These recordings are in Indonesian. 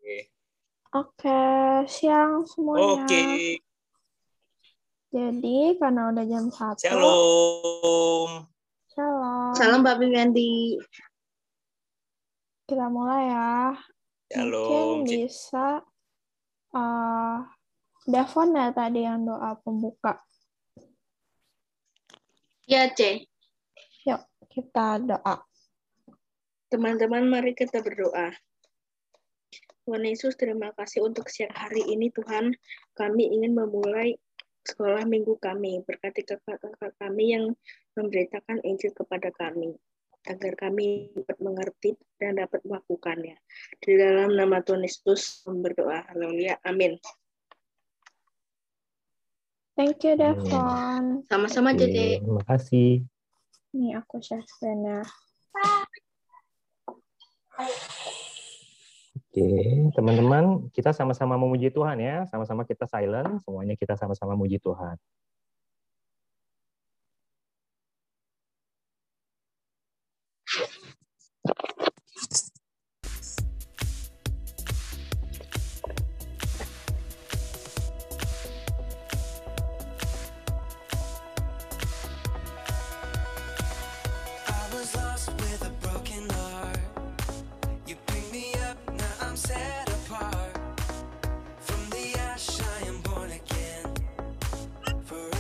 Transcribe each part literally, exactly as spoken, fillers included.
Oke, siang semuanya. Oke. Jadi, karena udah jam satu. Shalom. Shalom. Salam Mbak Bingandi. Kita mulai ya. Shalom. Mungkin bisa uh, Devon ya tadi yang doa pembuka. Ya, C. Yuk, kita doa. Teman-teman, mari kita berdoa. Tuhan Yesus, terima kasih untuk siang hari ini, Tuhan. Kami ingin memulai sekolah minggu kami. Berkati kakak-kakak kami yang memberitakan Injil kepada kami, agar kami dapat mengerti dan dapat melakukannya. Di dalam nama Tuhan Yesus berdoa. Haleluya. Amin. Thank you, Devon. Sama-sama, Oke, Dede. terima kasih. Nih, aku share screen-nya. Oke, teman-teman, kita sama-sama memuji Tuhan ya. Sama-sama kita silent, semuanya kita sama-sama memuji Tuhan. For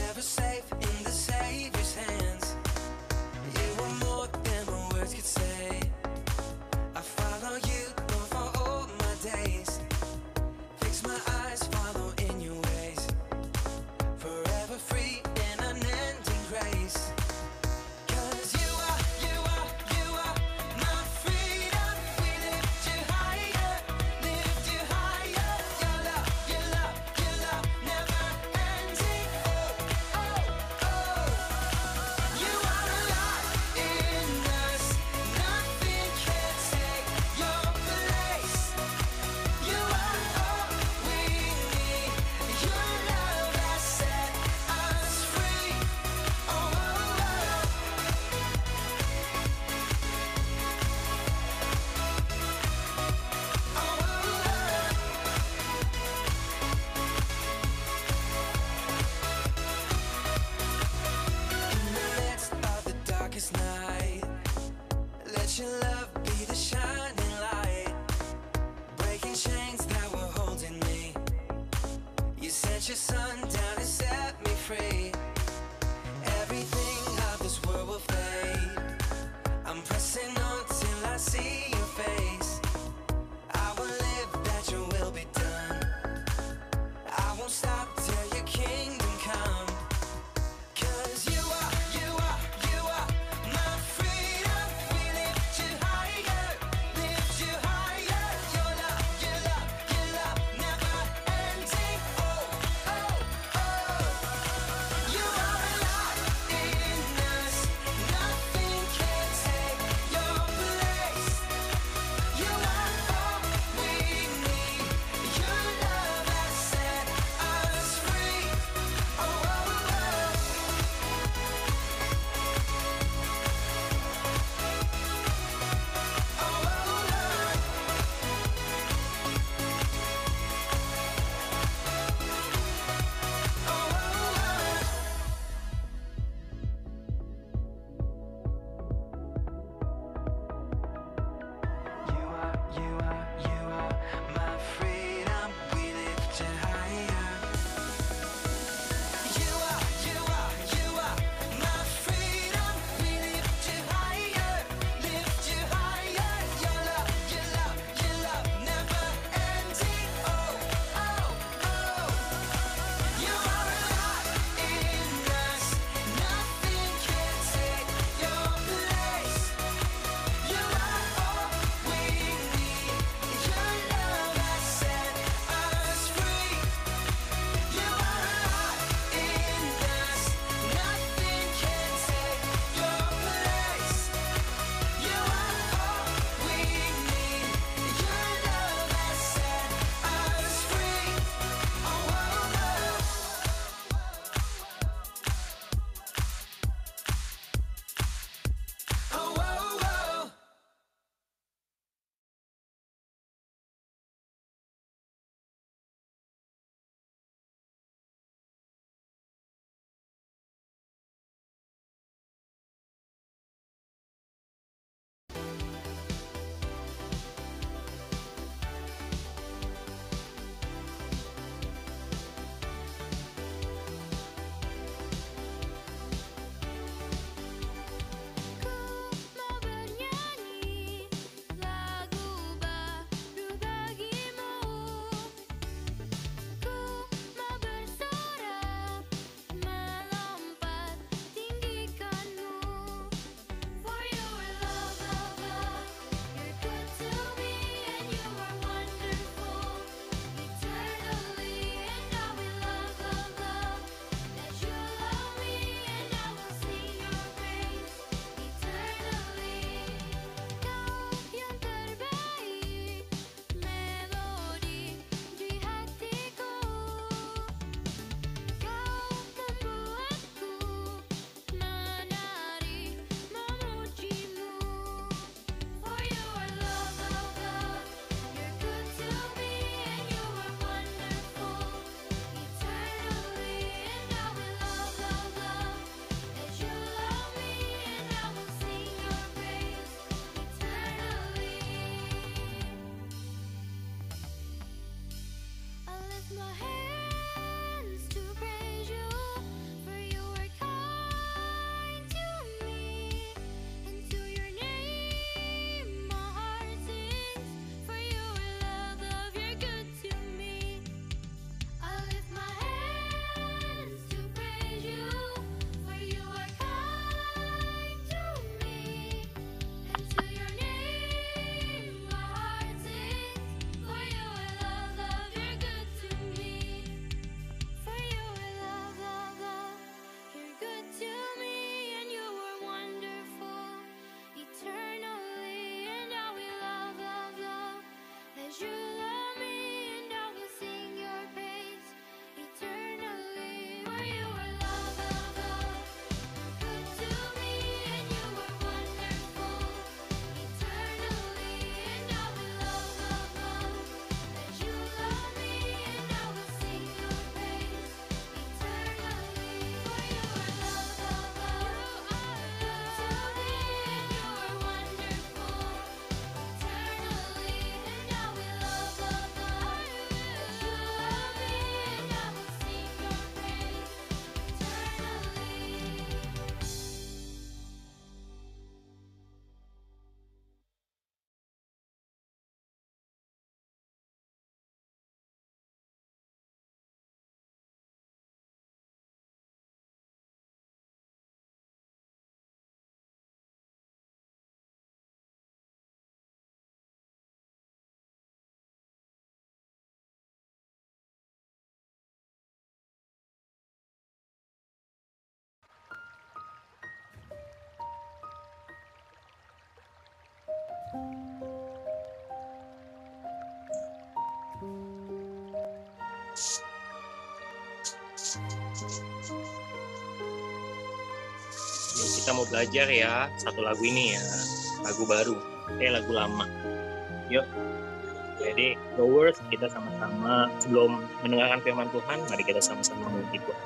Ya, kita mau belajar ya satu lagu ini ya, lagu baru, eh lagu lama. Yuk. Jadi, Growers, kita sama-sama sebelum mendengarkan firman Tuhan, mari kita sama-sama memuji Tuhan.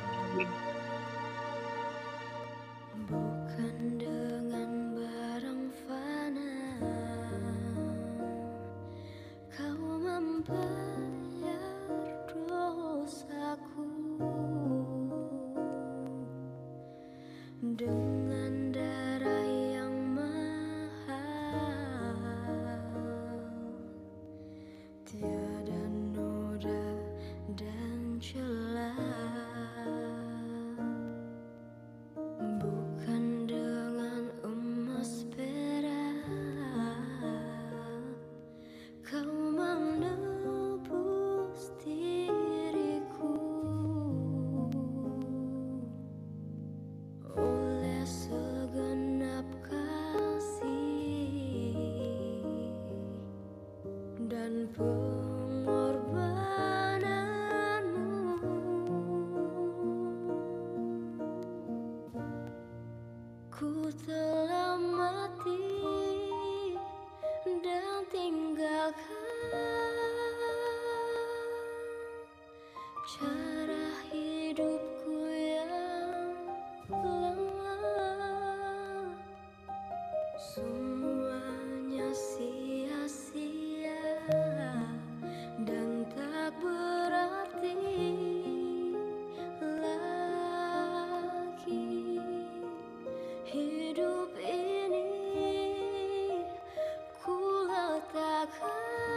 Bukan dengan barang fana kau membayar dosaku, dengan darah yang mahal, tiada noda dan celah. Bukan dengan emas perak kau menebus diriku, oleh segenap kasih dan pengorbananmu. Ku telah mati dan tinggalkan cara hidupku yang lemah. Semuanya sia-sia dan tak berarti lagi. Hidup ini ku letakkan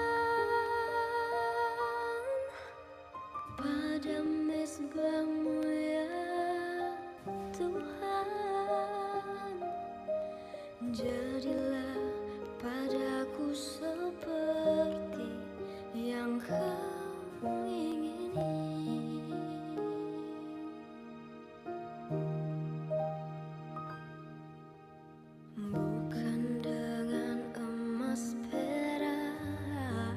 pada mezbah-Mu ya Tuhan. Jadilah padaku seperti yang Kau ingini. Bukan dengan emas perak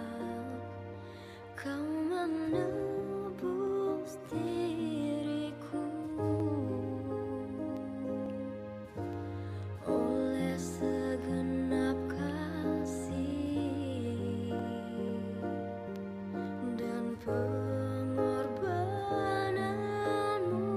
kau menebus diriku, oleh segenap kasih dan pengorbananmu.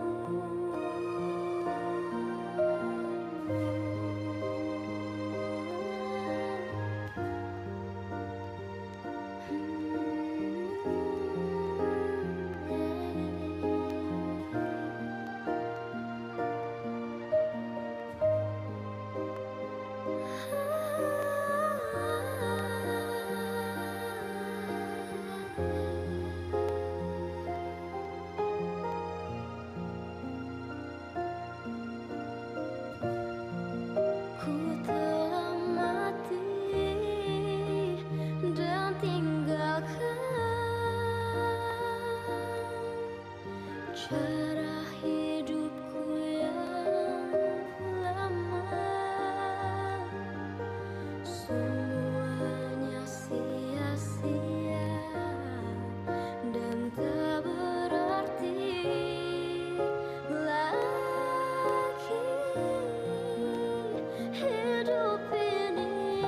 Ku telah mati dan tinggalkan cara hidupku yang lama. Semuanya sia-sia dan tak berarti lagi. Hidup ini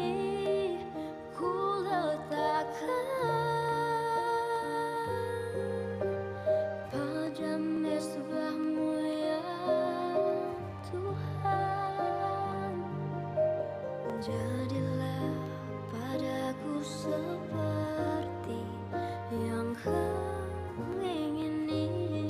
ku letakkan pada mezbah-Mu ya Tuhan. Jadilah padaku seperti yang Kau ingini.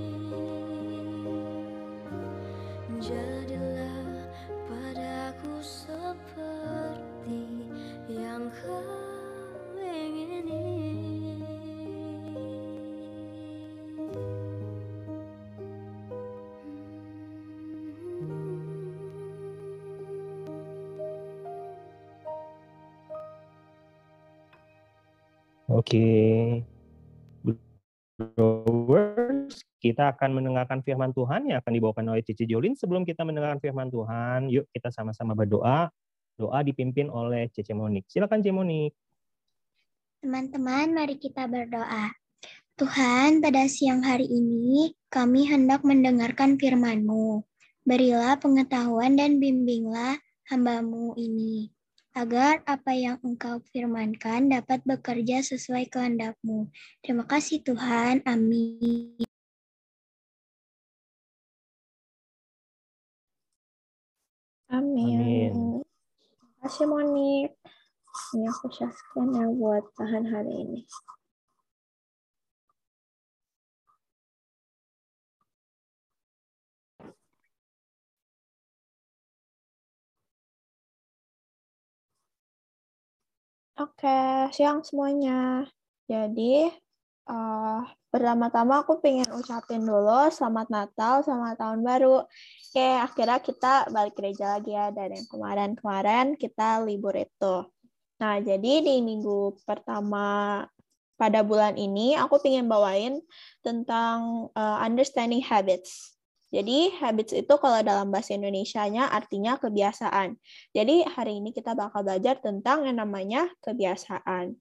Jadilah padaku seperti yang Kau ingini. Oke. Growers, kita akan mendengarkan firman Tuhan yang akan dibawakan oleh Cici Jolin. Sebelum kita mendengarkan firman Tuhan, yuk kita sama-sama berdoa. Doa dipimpin oleh Cece Monik. Silakan Cece Monik. Teman-teman, mari kita berdoa. Tuhan, pada siang hari ini kami hendak mendengarkan firman-Mu. Berilah pengetahuan dan bimbinglah hamba-Mu ini, agar apa yang Engkau firmankan dapat bekerja sesuai kehendak-Mu. Terima kasih Tuhan. Amin. Amin. Amin. Terima kasih Monik. Ini aku share ya buat tahan hari ini. Oke, siang semuanya. Jadi, uh, pertama-tama aku pengen ucapin dulu selamat Natal, selamat Tahun Baru. Oke, akhirnya kita balik gereja lagi ya, dari yang kemarin-kemarin kita libur itu. Nah, jadi di minggu pertama pada bulan ini, aku pengen bawain tentang uh, understanding habits. Jadi, habits itu kalau dalam bahasa Indonesianya artinya kebiasaan. Jadi, hari ini kita bakal belajar tentang yang namanya kebiasaan.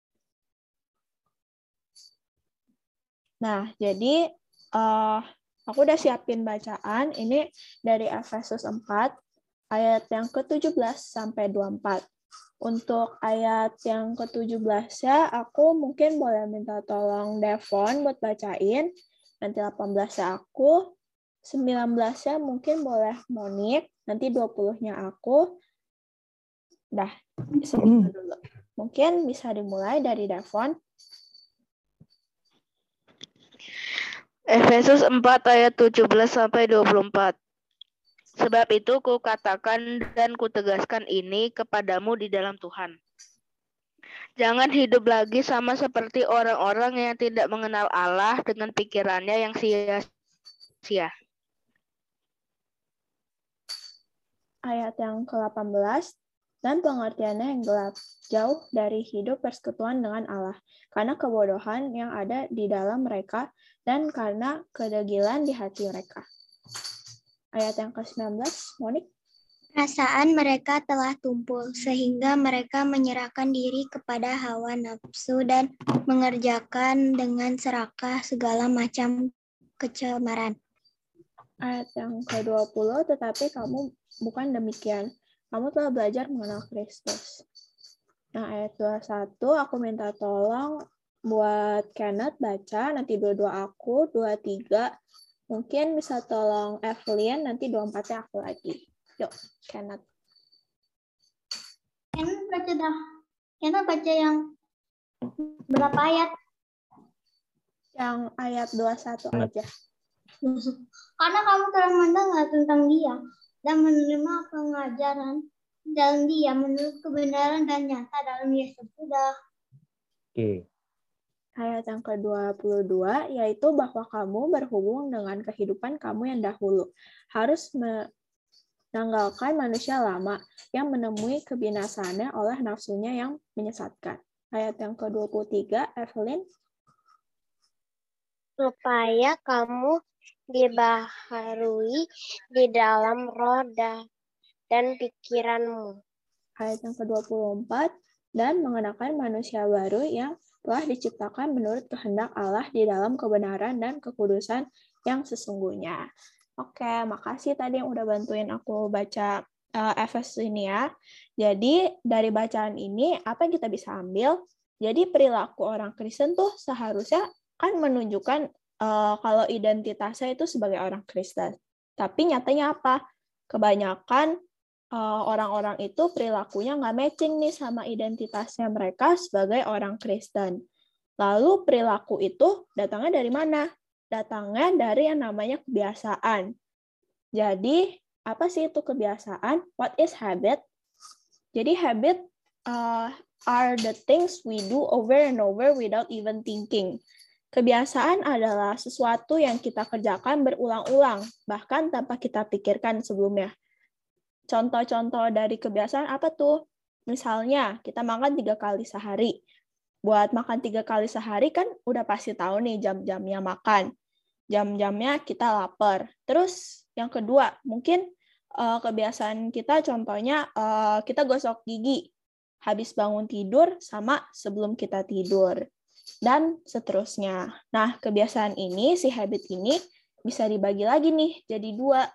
Nah, jadi uh, aku udah siapin bacaan. Ini dari Efesus empat, ayat yang ke tujuh belas sampai dua puluh empat. Untuk ayat yang ke tujuh belas ya, aku mungkin boleh minta tolong Devon buat bacain. Nanti delapan belasnya aku, sembilan belasnya mungkin boleh Monik, nanti dua puluhnya aku. Dah, segitu dulu. Mungkin bisa dimulai dari Devon. Efesus empat ayat tujuh belas sampai dua puluh empat. Sebab itu kukatakan dan kutegaskan ini kepadamu di dalam Tuhan. Jangan hidup lagi sama seperti orang-orang yang tidak mengenal Allah dengan pikirannya yang sia-sia. Ayat yang ke delapan belas, dan pengertiannya yang gelap, jauh dari hidup persekutuan dengan Allah, karena kebodohan yang ada di dalam mereka, dan karena kedegilan di hati mereka. Ayat yang ke sembilan belas, Monik. Perasaan mereka telah tumpul, sehingga mereka menyerahkan diri kepada hawa nafsu dan mengerjakan dengan serakah segala macam kecemaran. Ayat yang ke dua puluh, tetapi kamu bukan demikian. Kamu telah belajar mengenal Kristus. Nah, ayat dua puluh satu, aku minta tolong buat Kenneth baca, nanti dua puluh dua aku, dua puluh tiga, mungkin bisa tolong Evelyn, nanti dua puluh empat-nya aku lagi. Yuk, Kenneth. Kenneth baca dah. Kenneth baca yang berapa ayat? Yang ayat dua puluh satu aja. Karena kamu telah mendengar tentang dia dan menerima pengajaran dalam dia menurut kebenaran dan nyata dalam Yesus. Sudah. Oke. Ayat yang ke dua puluh dua, yaitu bahwa kamu berhubung dengan kehidupan kamu yang dahulu. Harus menanggalkan manusia lama yang menemui kebinasaannya oleh nafsunya yang menyesatkan. Ayat yang ke dua puluh tiga, Evelyn. Supaya kamu dibaharui di dalam roh dan pikiranmu. Ayat yang ke dua puluh empat, dan mengenakan manusia baru yang telah diciptakan menurut kehendak Allah di dalam kebenaran dan kekudusan yang sesungguhnya. Oke, makasih tadi yang udah bantuin aku baca uh, Efesus ini ya. Jadi dari bacaan ini, apa yang kita bisa ambil? Jadi perilaku orang Kristen tuh seharusnya kan menunjukkan uh, kalau identitasnya itu sebagai orang Kristen. Tapi nyatanya apa? Kebanyakan uh, orang-orang itu perilakunya nggak matching nih sama identitasnya mereka sebagai orang Kristen. Lalu perilaku itu datangnya dari mana? Datangnya dari yang namanya kebiasaan. Jadi, apa sih itu kebiasaan? What is habit? Jadi habit uh, are the things we do over and over without even thinking. Kebiasaan adalah sesuatu yang kita kerjakan berulang-ulang, bahkan tanpa kita pikirkan sebelumnya. Contoh-contoh dari kebiasaan apa tuh? Misalnya, kita makan tiga kali sehari. Buat makan tiga kali sehari kan udah pasti tahu nih jam-jamnya makan. Jam-jamnya kita lapar. Terus yang kedua, mungkin uh, kebiasaan kita contohnya uh, kita gosok gigi. Habis bangun tidur sama sebelum kita tidur. dan seterusnya. Nah, kebiasaan ini, si habit ini bisa dibagi lagi nih jadi dua,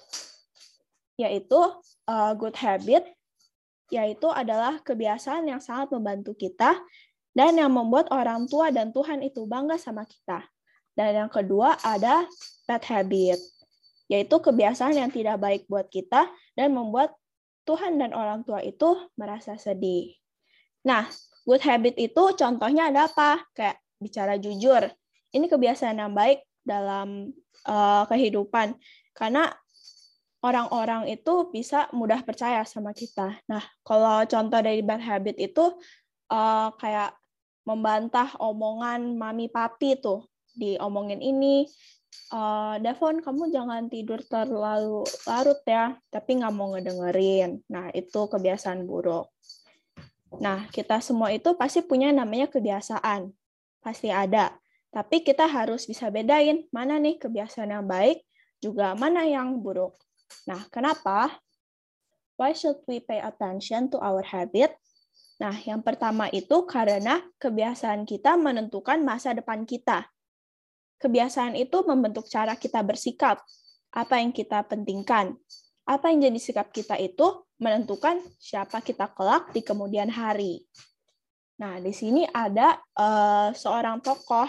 yaitu uh, good habit, yaitu adalah kebiasaan yang sangat membantu kita dan yang membuat orang tua dan Tuhan itu bangga sama kita. Dan yang kedua ada bad habit, yaitu kebiasaan yang tidak baik buat kita dan membuat Tuhan dan orang tua itu merasa sedih. Nah, good habit itu contohnya ada apa? Kayak bicara jujur. Ini kebiasaan yang baik dalam uh, kehidupan. Karena orang-orang itu bisa mudah percaya sama kita. Nah, kalau contoh dari bad habit itu uh, kayak membantah omongan mami papi tuh. Diomongin ini, Uh, Devon, kamu jangan tidur terlalu larut ya, tapi nggak mau ngedengerin. Nah, itu kebiasaan buruk. Nah, kita semua itu pasti punya namanya kebiasaan. Pasti ada. Tapi kita harus bisa bedain mana nih kebiasaan yang baik, juga mana yang buruk. Nah, kenapa? Why should we pay attention to our habit? Nah, yang pertama itu karena kebiasaan kita menentukan masa depan kita. Kebiasaan itu membentuk cara kita bersikap, apa yang kita pentingkan. Apa yang jadi sikap kita itu menentukan siapa kita kelak di kemudian hari. Nah, di sini ada uh, seorang tokoh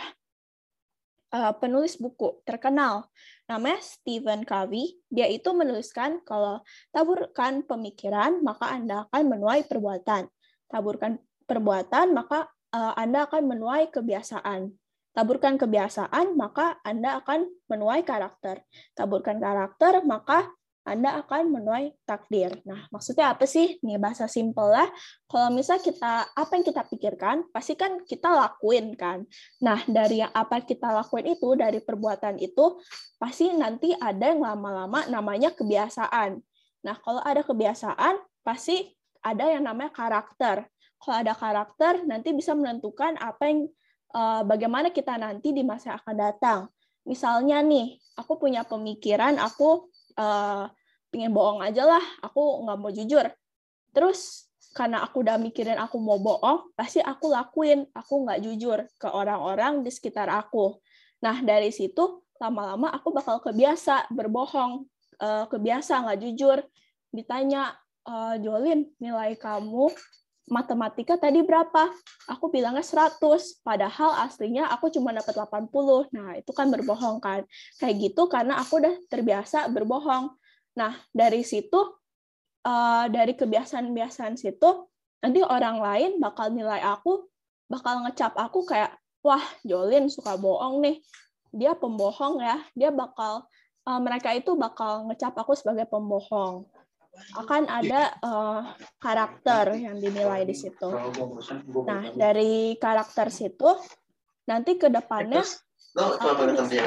uh, penulis buku terkenal, namanya Stephen Covey. Dia itu menuliskan kalau taburkan pemikiran, maka Anda akan menuai perbuatan. Taburkan perbuatan, maka uh, Anda akan menuai kebiasaan. Taburkan kebiasaan, maka Anda akan menuai karakter. Taburkan karakter, maka Anda akan menuai takdir. Nah, maksudnya apa sih? Nih, bahasa simpel lah. Kalau misalnya kita, apa yang kita pikirkan, pasti kan kita lakuin kan. Nah, dari yang apa kita lakuin itu, dari perbuatan itu, pasti nanti ada yang lama-lama namanya kebiasaan. Nah, kalau ada kebiasaan, pasti ada yang namanya karakter. Kalau ada karakter, nanti bisa menentukan apa yang Uh, bagaimana kita nanti di masa yang akan datang. Misalnya nih, aku punya pemikiran, aku uh, pengen bohong aja lah, aku nggak mau jujur. Terus, karena aku udah mikirin aku mau bohong, pasti aku lakuin, aku nggak jujur ke orang-orang di sekitar aku. Nah, dari situ, lama-lama aku bakal kebiasa berbohong, uh, kebiasa nggak jujur. Ditanya, uh, Jolin, nilai kamu matematika tadi berapa? Aku bilangnya seratus, padahal aslinya aku cuma dapat delapan puluh. Nah, itu kan berbohong kan. Kayak gitu karena aku udah terbiasa berbohong. Nah, dari situ, uh, dari kebiasaan-kebiasaan situ, nanti orang lain bakal nilai aku, bakal ngecap aku kayak, wah, Jolin suka bohong nih. Dia pembohong ya. Dia bakal, uh, mereka itu bakal ngecap aku sebagai pembohong. Akan ada uh, karakter yang dinilai di situ. Nah, dari karakter situ, nanti ke depannya aku bisa,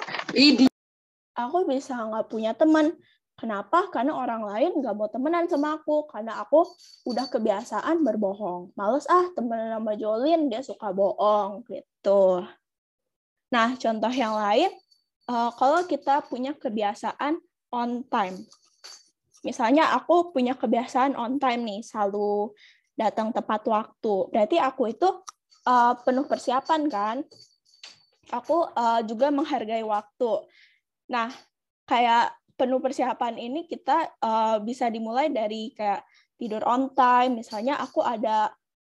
aku bisa nggak punya teman. Kenapa? Karena orang lain nggak mau temenan sama aku. Karena aku udah kebiasaan berbohong. Males ah temenan sama Jolin, dia suka bohong gitu. Nah, contoh yang lain, uh, kalau kita punya kebiasaan on time. Misalnya aku punya kebiasaan on time nih, selalu datang tepat waktu. Berarti aku itu uh, penuh persiapan kan? Aku uh, juga menghargai waktu. Nah, kayak penuh persiapan ini kita uh, bisa dimulai dari kayak tidur on time. Misalnya aku ada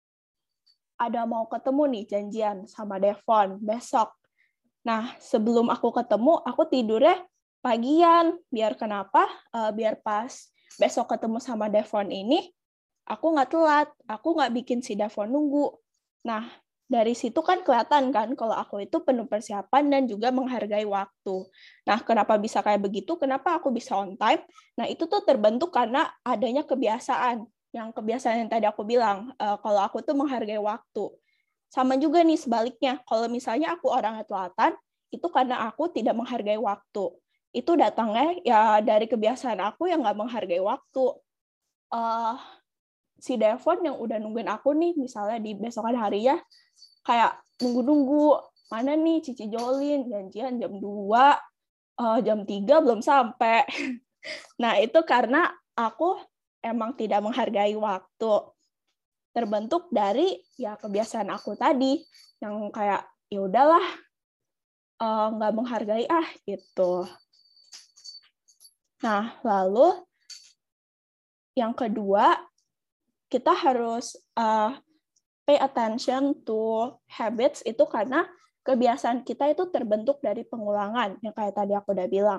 ada mau ketemu nih janjian sama Devon besok. Nah, sebelum aku ketemu, aku tidurnya pagian, biar kenapa? Uh, biar pas besok ketemu sama Devon ini, aku nggak telat, aku nggak bikin si Devon nunggu. Nah, dari situ kan kelihatan kan kalau aku itu penuh persiapan dan juga menghargai waktu. Nah, kenapa bisa kayak begitu? Kenapa aku bisa on time? Nah, itu tuh terbentuk karena adanya kebiasaan. Yang kebiasaan yang tadi aku bilang, uh, kalau aku tuh menghargai waktu. Sama juga nih sebaliknya, kalau misalnya aku orangnya telatan, itu karena aku tidak menghargai waktu. Itu datangnya ya dari kebiasaan aku yang nggak menghargai waktu. Uh, si Devon yang udah nungguin aku nih, misalnya di besokan harinya, kayak nunggu-nunggu, mana nih Cici Jolin, janjian jam dua, uh, jam tiga belum sampai. Nah, itu karena aku emang tidak menghargai waktu. terbentuk dari ya kebiasaan aku tadi yang kayak ya udahlah uh, nggak menghargai ah gitu. Nah, lalu yang kedua, kita harus uh, pay attention to habits itu karena kebiasaan kita itu terbentuk dari pengulangan, yang kayak tadi aku udah bilang.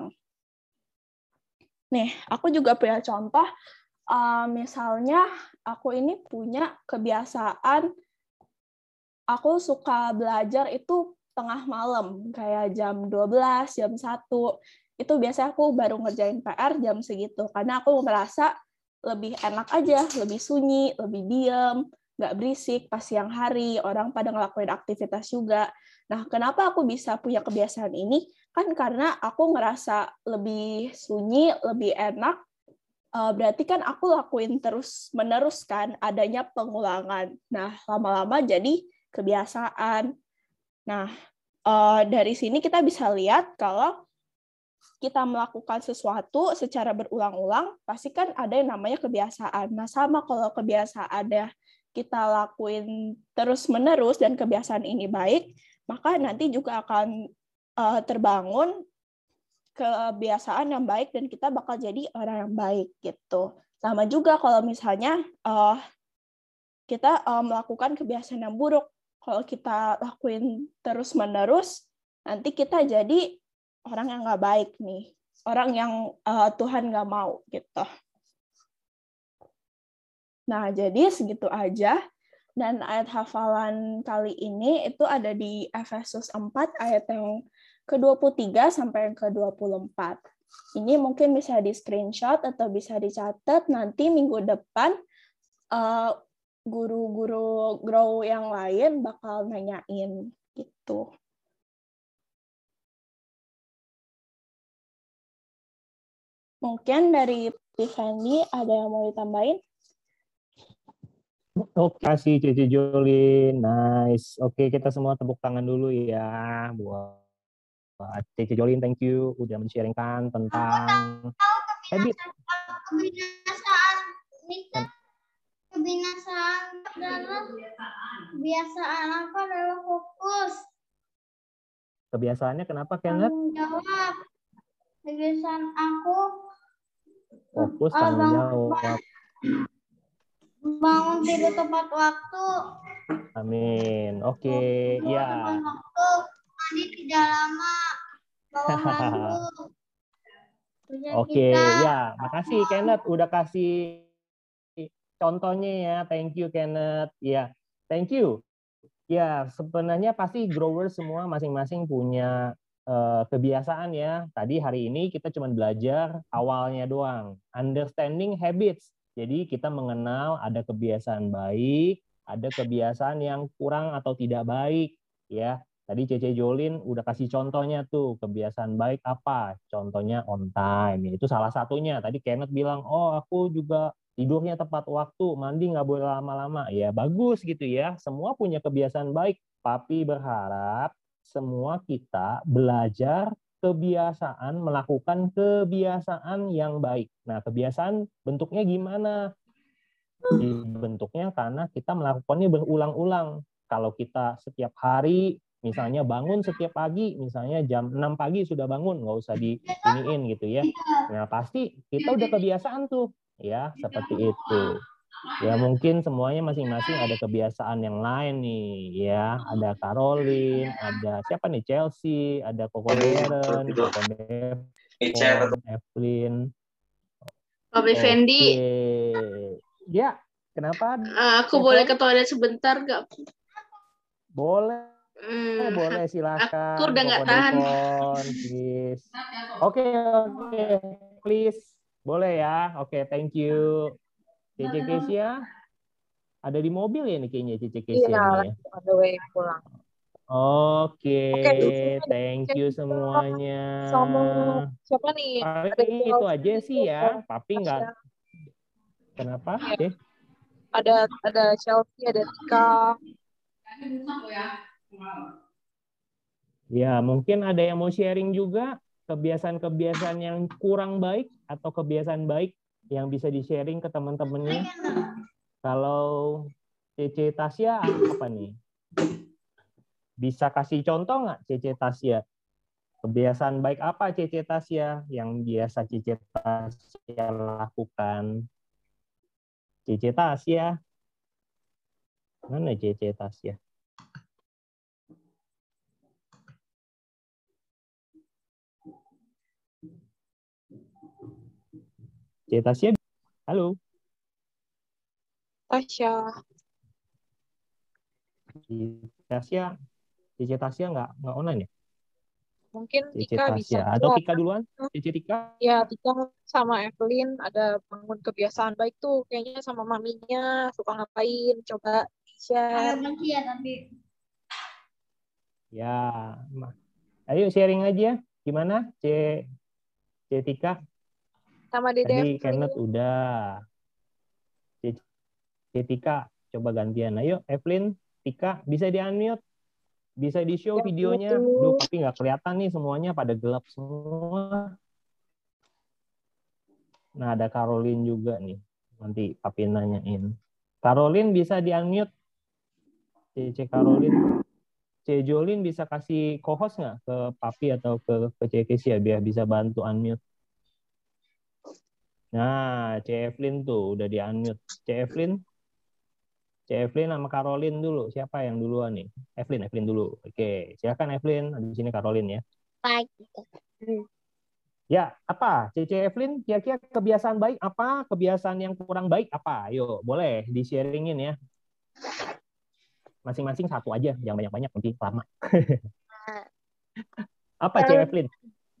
Nih, aku juga punya contoh, uh, misalnya aku ini punya kebiasaan, aku suka belajar itu tengah malam, kayak jam dua belas, jam satu, itu biasanya aku baru ngerjain P R jam segitu, karena aku merasa lebih enak aja, lebih sunyi, lebih diem, nggak berisik pas siang hari, orang pada ngelakuin aktivitas juga. Nah, kenapa aku bisa punya kebiasaan ini? Kan karena aku ngerasa lebih sunyi, lebih enak, berarti kan aku lakuin terus-menerus kan, adanya pengulangan. Nah, lama-lama jadi kebiasaan. Nah, dari sini kita bisa lihat kalau kita melakukan sesuatu secara berulang-ulang, pasti kan ada yang namanya kebiasaan. Nah, sama kalau kebiasaan ada kita lakuin terus-menerus dan kebiasaan ini baik, maka nanti juga akan uh, terbangun kebiasaan yang baik dan kita bakal jadi orang yang baik gitu. Sama juga kalau misalnya uh, kita uh, melakukan kebiasaan yang buruk, kalau kita lakuin terus-menerus, nanti kita jadi orang yang nggak baik nih, orang yang uh, Tuhan nggak mau gitu. Nah, jadi segitu aja. Dan ayat hafalan kali ini itu ada di Efesus empat ayat yang ke dua puluh tiga sampai yang ke dua puluh empat. Ini mungkin bisa di screenshot atau bisa dicatat, nanti minggu depan uh, guru-guru grow yang lain bakal nanyain gitu. Mungkin dari Tiffany ada yang mau ditambahin? Oke, kasih Cici Jolin, nice. Oke, kita semua tepuk tangan dulu ya buat Cici Jolin, thank you udah men-sharingkan tentang habit. Kebiasaan ini kebiasaan adalah kebiasaan apa adalah fokus. Kebiasaannya kenapa, Kenneth? Tanggung jawab. Kebiasaan aku fokus, tanggung jawab. Bangun tidur tepat waktu. Amin. Oke, okay. Ya. Waktu mandi tidak lama. Bawa mandu. Oke, okay. Ya. Makasih Kenneth udah kasih contohnya ya. Thank you Kenneth. Ya, thank you. Ya, sebenarnya pasti growers semua masing-masing punya uh, kebiasaan ya. Tadi hari ini kita cuma belajar awalnya doang. Understanding habits. Jadi kita mengenal ada kebiasaan baik, ada kebiasaan yang kurang atau tidak baik, ya. Tadi Cece Jolin udah kasih contohnya tuh, kebiasaan baik apa? Contohnya on time, itu salah satunya. Tadi Kenneth bilang, oh aku juga tidurnya tepat waktu, mandi nggak boleh lama-lama. Ya bagus gitu ya, semua punya kebiasaan baik. Papi berharap semua kita belajar kebiasaan, melakukan kebiasaan yang baik. Nah, kebiasaan bentuknya gimana? Bentuknya karena kita melakukannya berulang-ulang. Kalau kita setiap hari, misalnya bangun setiap pagi, misalnya jam enam pagi sudah bangun, nggak usah di-iniin gitu ya. Nah, pasti kita udah kebiasaan tuh, ya, seperti itu. Ya mungkin semuanya masing-masing ada kebiasaan yang lain nih ya, ada Caroline, ada siapa nih, Chelsea, ada Koko Deren, Koko Deren, Evelyn, Papi Fendi. Ya, kenapa? Uh, aku boleh ke toilet sebentar gak? Boleh, hmm, boleh silakan. Aku udah nggak tahan. Please. Oke, okay, oke, okay. Please, boleh ya. Oke, okay, thank you. Cici Kesia ada di mobil ya nih kayaknya Cici Kesia. Iya, on the way pulang. Oke, okay, okay, thank you semuanya. Sama siapa nih? Paling itu aja sih ya, Papi nggak. Kenapa? Ya. Okay. Ada ada Chelsea, ada Tika. Ya, mungkin ada yang mau sharing juga kebiasaan-kebiasaan yang kurang baik atau kebiasaan baik yang bisa di-sharing ke teman-temannya. Kalau Cece Tasya apa nih? Bisa kasih contoh nggak Cece Tasya? Kebiasaan baik apa Cece Tasya yang biasa Cece Tasya lakukan? Cece Tasya. Mana Cece Tasya? Cece Tasya. Halo. Tasya. Cece Tasya. Cece Tasya nggak nggak online ya? Mungkin Cece Tika bisa. Tasya. Atau Tika duluan? Cece Tika? Ya, Tika sama Evelyn ada bangun kebiasaan baik tuh. Kayaknya sama maminya suka ngapain. Coba share. Ya. Ayo sharing aja. Gimana C C Tika? Sama Dede Tadi Evelyn. Kenneth udah. C, C Tika coba gantian. Ayo Evelyn, Tika bisa di-unmute. Bisa di-show Ya, videonya. betul. Duh, tapi nggak kelihatan nih semuanya pada gelap semua. Nah, ada Caroline juga nih. Nanti Papi nanyain. Caroline bisa di-unmute. C C Caroline. C Jolin bisa kasih co-host nggak ke Papi atau ke, ke C Kesia biar bisa bantu unmute. Nah, C Evelyn tuh udah di-unmute. C Evelyn. C Evelyn sama Caroline dulu. Siapa yang duluan nih? Evelyn, Evelyn dulu. Oke, silakan Evelyn. Di sini Caroline ya. Baik. Ya, apa? C C Evelyn, kira-kira kebiasaan baik apa? Kebiasaan yang kurang baik apa? Ayo, boleh di-sharingin ya. Masing-masing satu aja, jangan banyak-banyak nanti lama. Apa C Evelyn?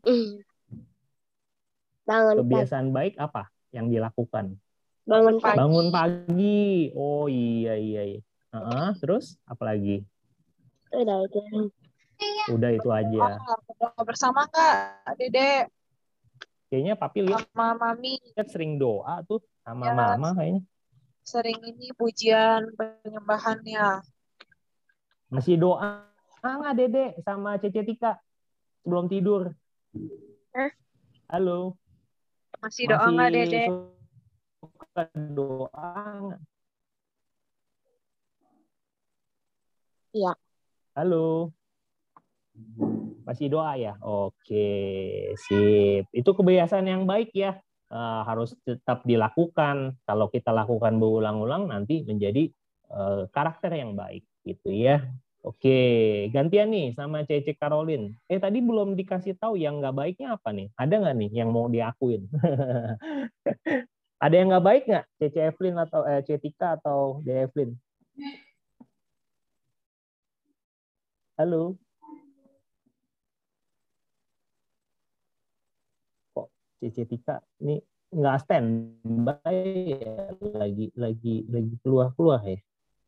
Bangun Kebiasaan baik apa yang dilakukan? Bangun pagi. Bangun pagi. Oh iya iya. iya. Uh-uh, terus apa lagi? Udah itu. Udah itu aja. Berdoa bersama Kak, Dede. Kayaknya Papi lihat sama Mami. Lihat sering doa tuh sama Ya, Mama kayaknya. Sering ini pujian penyembahannya. Masih doa nggak Dede sama Cece Tika sebelum tidur? Hah? Halo. Masih doa nggak Dede? Suka doa nggak? Iya. Halo. Masih doa ya? Oke, sip. Itu kebiasaan yang baik ya. Uh, harus tetap dilakukan. Kalau kita lakukan berulang-ulang nanti menjadi uh, karakter yang baik gitu ya. Oke, gantian nih sama Cece Caroline. Eh tadi belum dikasih tahu yang nggak baiknya apa nih? Ada nggak nih yang mau diakuin? Ada yang nggak baik nggak? Cece Evelyn atau eh, Cetika atau De Evelyn? Halo. Kok Cece Tika ini nggak standby ya? Lagi lagi lagi keluar keluar ya?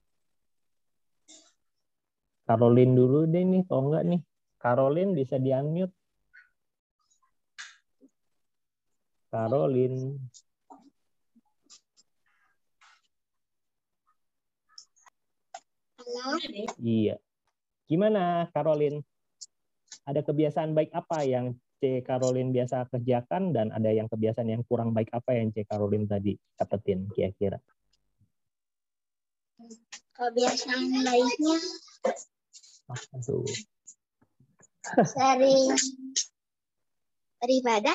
Caroline dulu deh nih, kalau enggak nih. Caroline bisa di-unmute. Caroline. Halo. Iya. Gimana Caroline? Ada kebiasaan baik apa yang C Caroline biasa kerjakan dan ada yang kebiasaan yang kurang baik apa yang C Caroline tadi dapetin kira-kira? Kebiasaan baiknya Apa tuh? sering beribadah.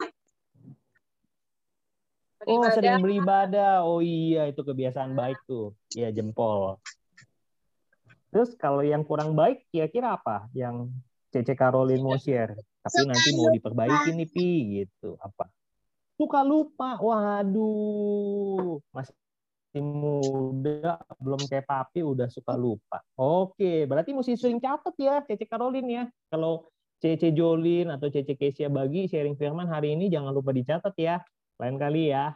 Oh, sering beribadah. Oh iya, itu kebiasaan baik tuh. Iya, jempol. Terus kalau yang kurang baik kira-kira apa yang Cece Caroline mau share? Tapi nanti mau diperbaiki nih, Pi, gitu. Apa? Suka lupa. Waduh. Masih muda, belum kayak Papi udah suka lupa. Oke, berarti mesti sering catat ya Cece Caroline ya. Kalau Cece Jolin atau Cece Kesia bagi sharing firman hari ini jangan lupa dicatat ya. Lain kali ya.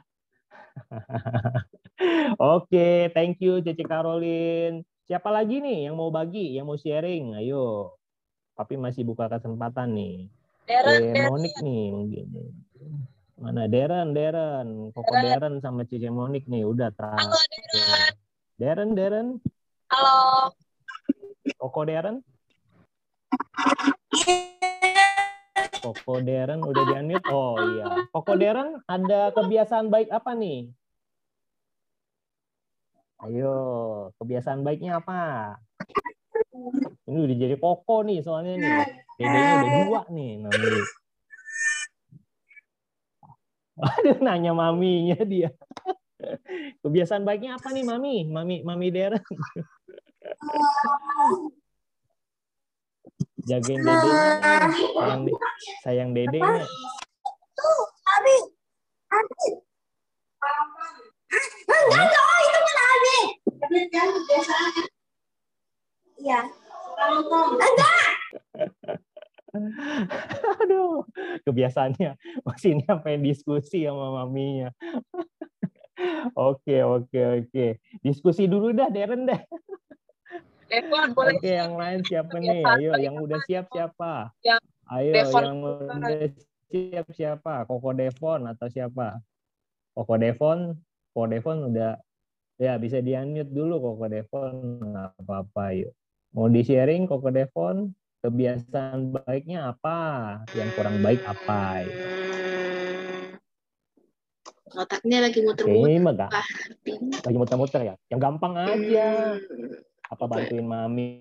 Oke, thank you Cece Caroline. Siapa lagi nih yang mau bagi, yang mau sharing? Ayo. Papi masih buka kesempatan nih. Cece Monik nih mungkin. Mana Darren, Darren. Koko Darren sama Cece Monik nih udah terakhir. Halo Darren. Darren, Darren. Halo. Koko Darren. Koko Darren udah di-unmute. Oh iya. Koko Darren ada kebiasaan baik apa nih? Ayo, kebiasaan baiknya apa? Ini udah jadi koko nih soalnya nih. Dedenya udah dua nih namanya. Aduh, nanya maminya dia. Kebiasaan baiknya apa nih mami? Mami, mami Deren. Jagain dedenya nih. Sayang, de sayang dedenya. Iya. Aduh, kebiasaannya masih ini sampai diskusi sama maminya. Oke, oke, oke. Diskusi dulu dah, Deren deh. Devon, boleh Oke, yang lain siapa nih? Ayo, yang udah siap siapa? Yang Ayo, Devon yang udah siap siapa? Koko Devon atau siapa? Koko Devon, Koko Devon udah, ya bisa di-unmute dulu Koko Devon, nggak apa-apa, yuk. Mau di-sharing Koko Devon, kebiasaan baiknya apa? Yang kurang baik apa? Ya? Otaknya lagi Oke, muter-muter. ini mah nggak. Ah, Lagi muter-muter ya? Yang gampang aja. Hmm, Apa bantuin mami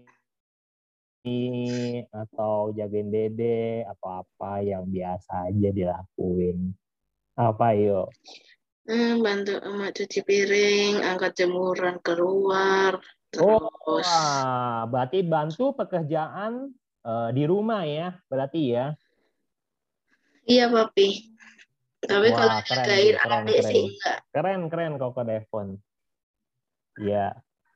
atau jagain dede atau apa yang biasa aja dilakuin. Apa yuk? Hmm, bantu emak cuci piring, angkat jemuran keluar, Oh, terus wah, berarti bantu pekerjaan uh, di rumah ya, berarti ya. iya papi. Tapi kalau Wah, keren jagain tuh, keren, adik keren. sih enggak. Keren, keren Koko Devon. Iya.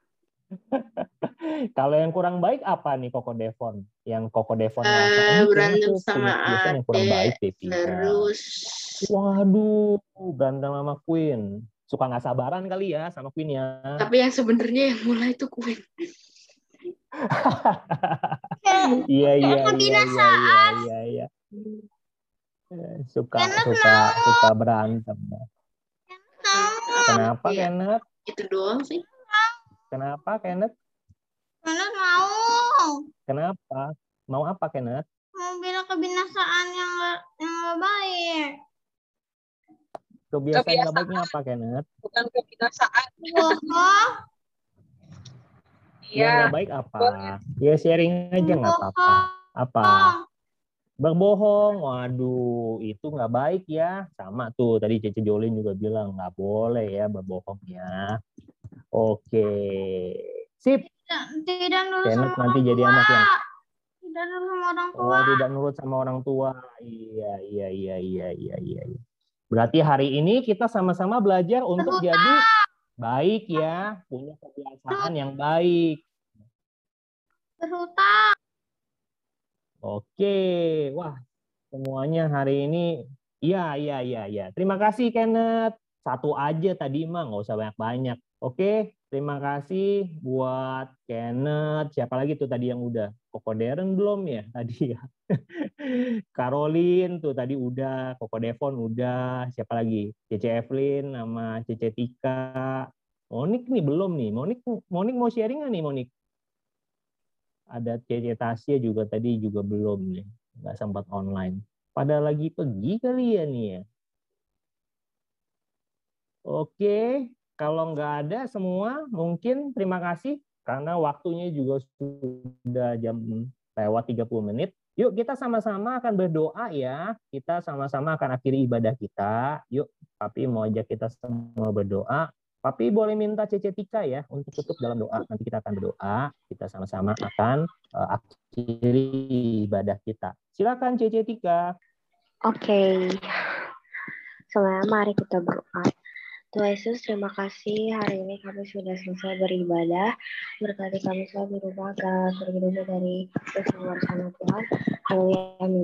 Kalau yang kurang baik apa nih Koko Devon? Yang Koko Devon ngerasa, Uh, ini kayaknya berantem tuh sama kebiasaan yang kurang baik adik, deh, Pina. terus Waduh, berantem sama Queen. Suka nggak sabaran kali ya sama Queen ya. tapi yang sebenarnya yang mulai itu Queen. Iya, iya, iya, iya, iya, iya, iya. Suka, suka, suka berantem. Kenapa, Iya, Kenneth? itu doang sih. Kenapa, Kenneth? Kenneth mau. Kenapa? Mau apa, Kenneth? Mau bilang kebinasaan yang nggak yang nggak baik. Kebiasaan nggak kebiasaan, baiknya apa, Kenneth? bukan kebinasaan. Bohong. Yang Iya. nggak baik apa? Ya sharing aja nggak apa-apa. Apa? Berbohong. Waduh, itu nggak baik ya. Sama tuh tadi Cece Jolin juga bilang nggak boleh ya berbohong ya. Oke, sip. Tidak, tidak nurut Kenneth sama nanti orang jadi tua. anak yang Tidak nurut sama orang tua. oh tidak nurut sama orang tua. Iya, iya, iya, iya, iya, iya. Berarti hari ini kita sama-sama belajar untuk Berhutang. jadi baik ya, punya kebiasaan yang baik. Berhutang. Oke, wah semuanya hari ini, iya, iya, iya, iya. Terima kasih Kenneth. Satu aja tadi mah, nggak usah banyak-banyak. Oke, terima kasih buat Kenneth. Siapa lagi tuh tadi yang udah? Koko Deren belum ya tadi ya? Caroline tuh tadi udah, Koko Devon udah. Siapa lagi? Cece Evelyn sama Cece Tika. Monik nih belum nih. Monik, Monik mau sharing nggak nih Monik? Ada Cece Tasya juga tadi juga belum nih. Nggak sempat online. Pada lagi pergi kali ya nih ya. Oke, kalau nggak ada semua, mungkin terima kasih karena waktunya juga sudah jam lewat tiga puluh menit. Yuk kita sama-sama akan berdoa ya. Kita sama-sama akan akhiri ibadah kita. Yuk, Papi mau ajak kita semua berdoa. Papi boleh minta Cece Tika ya untuk tutup dalam doa. Nanti kita akan berdoa. Kita sama-sama akan uh, akhiri ibadah kita. Silakan Cece Tika. Oke. Okay. Semuanya mari kita berdoa. Tuhan Yesus, terima kasih hari ini kami sudah selesai beribadah. Berkati kami selalu di rumah, agar pergi dulu dari luar sana Tuhan. Haleluya, amin.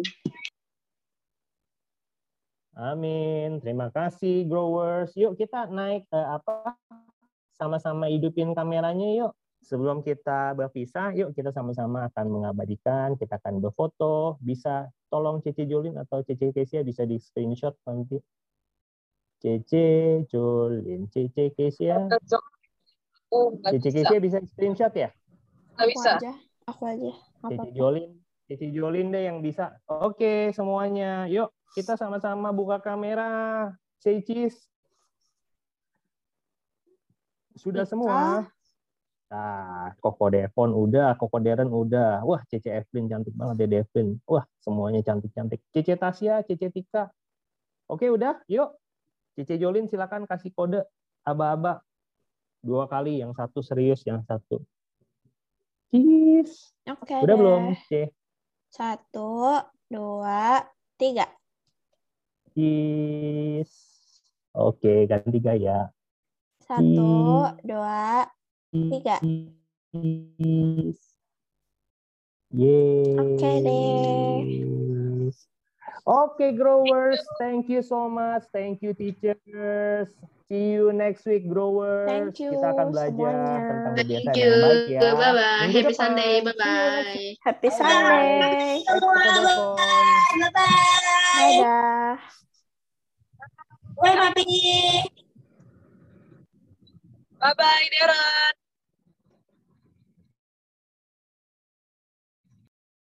Amin. Terima kasih growers. Yuk kita naik eh, apa? Sama-sama hidupin kameranya yuk. Sebelum kita berpisah, yuk kita sama-sama akan mengabadikan, kita akan berfoto. Bisa tolong Cece Jolin atau Cece Kesia bisa di screenshot nanti. Cece Jolin, Cece Kesia. Cece Kesia bisa screenshot ya? Nggak bisa. Aku aja, aku aja. Cece Jolin, Cece Jolin deh yang bisa. Oke semuanya, yuk kita sama-sama buka kamera. Say cheese. Sudah Ika. semua. Nah, Koko Devon udah, Koko Deren udah. Wah, Cece Evelyn cantik banget ya Devin. Wah, semuanya cantik-cantik. Cece Tasya, Cece Tika. Oke, udah. Yuk. Cece Jolin silakan kasih kode aba-aba. Dua kali, yang satu serius, yang satu. Cheese. Oke Udah deh. belum, C? Satu, dua, tiga. Cheese. Oke, ganti gaya. Satu, dua, tiga. Cheese. Yeay. Oke deh. Oke, growers. Thank you so much. Thank you, teachers. See you next week, growers. Thank you Kita akan belajar semuanya. tentang Thank kebiasaan you. yang baik ya. Bye-bye. Minggu Happy depan. Sunday. See you next Bye-bye. week. Happy Bye-bye. Sunday. Bye, Koko Devon. Dadah. Bye, Papi. Bye-bye, Deren.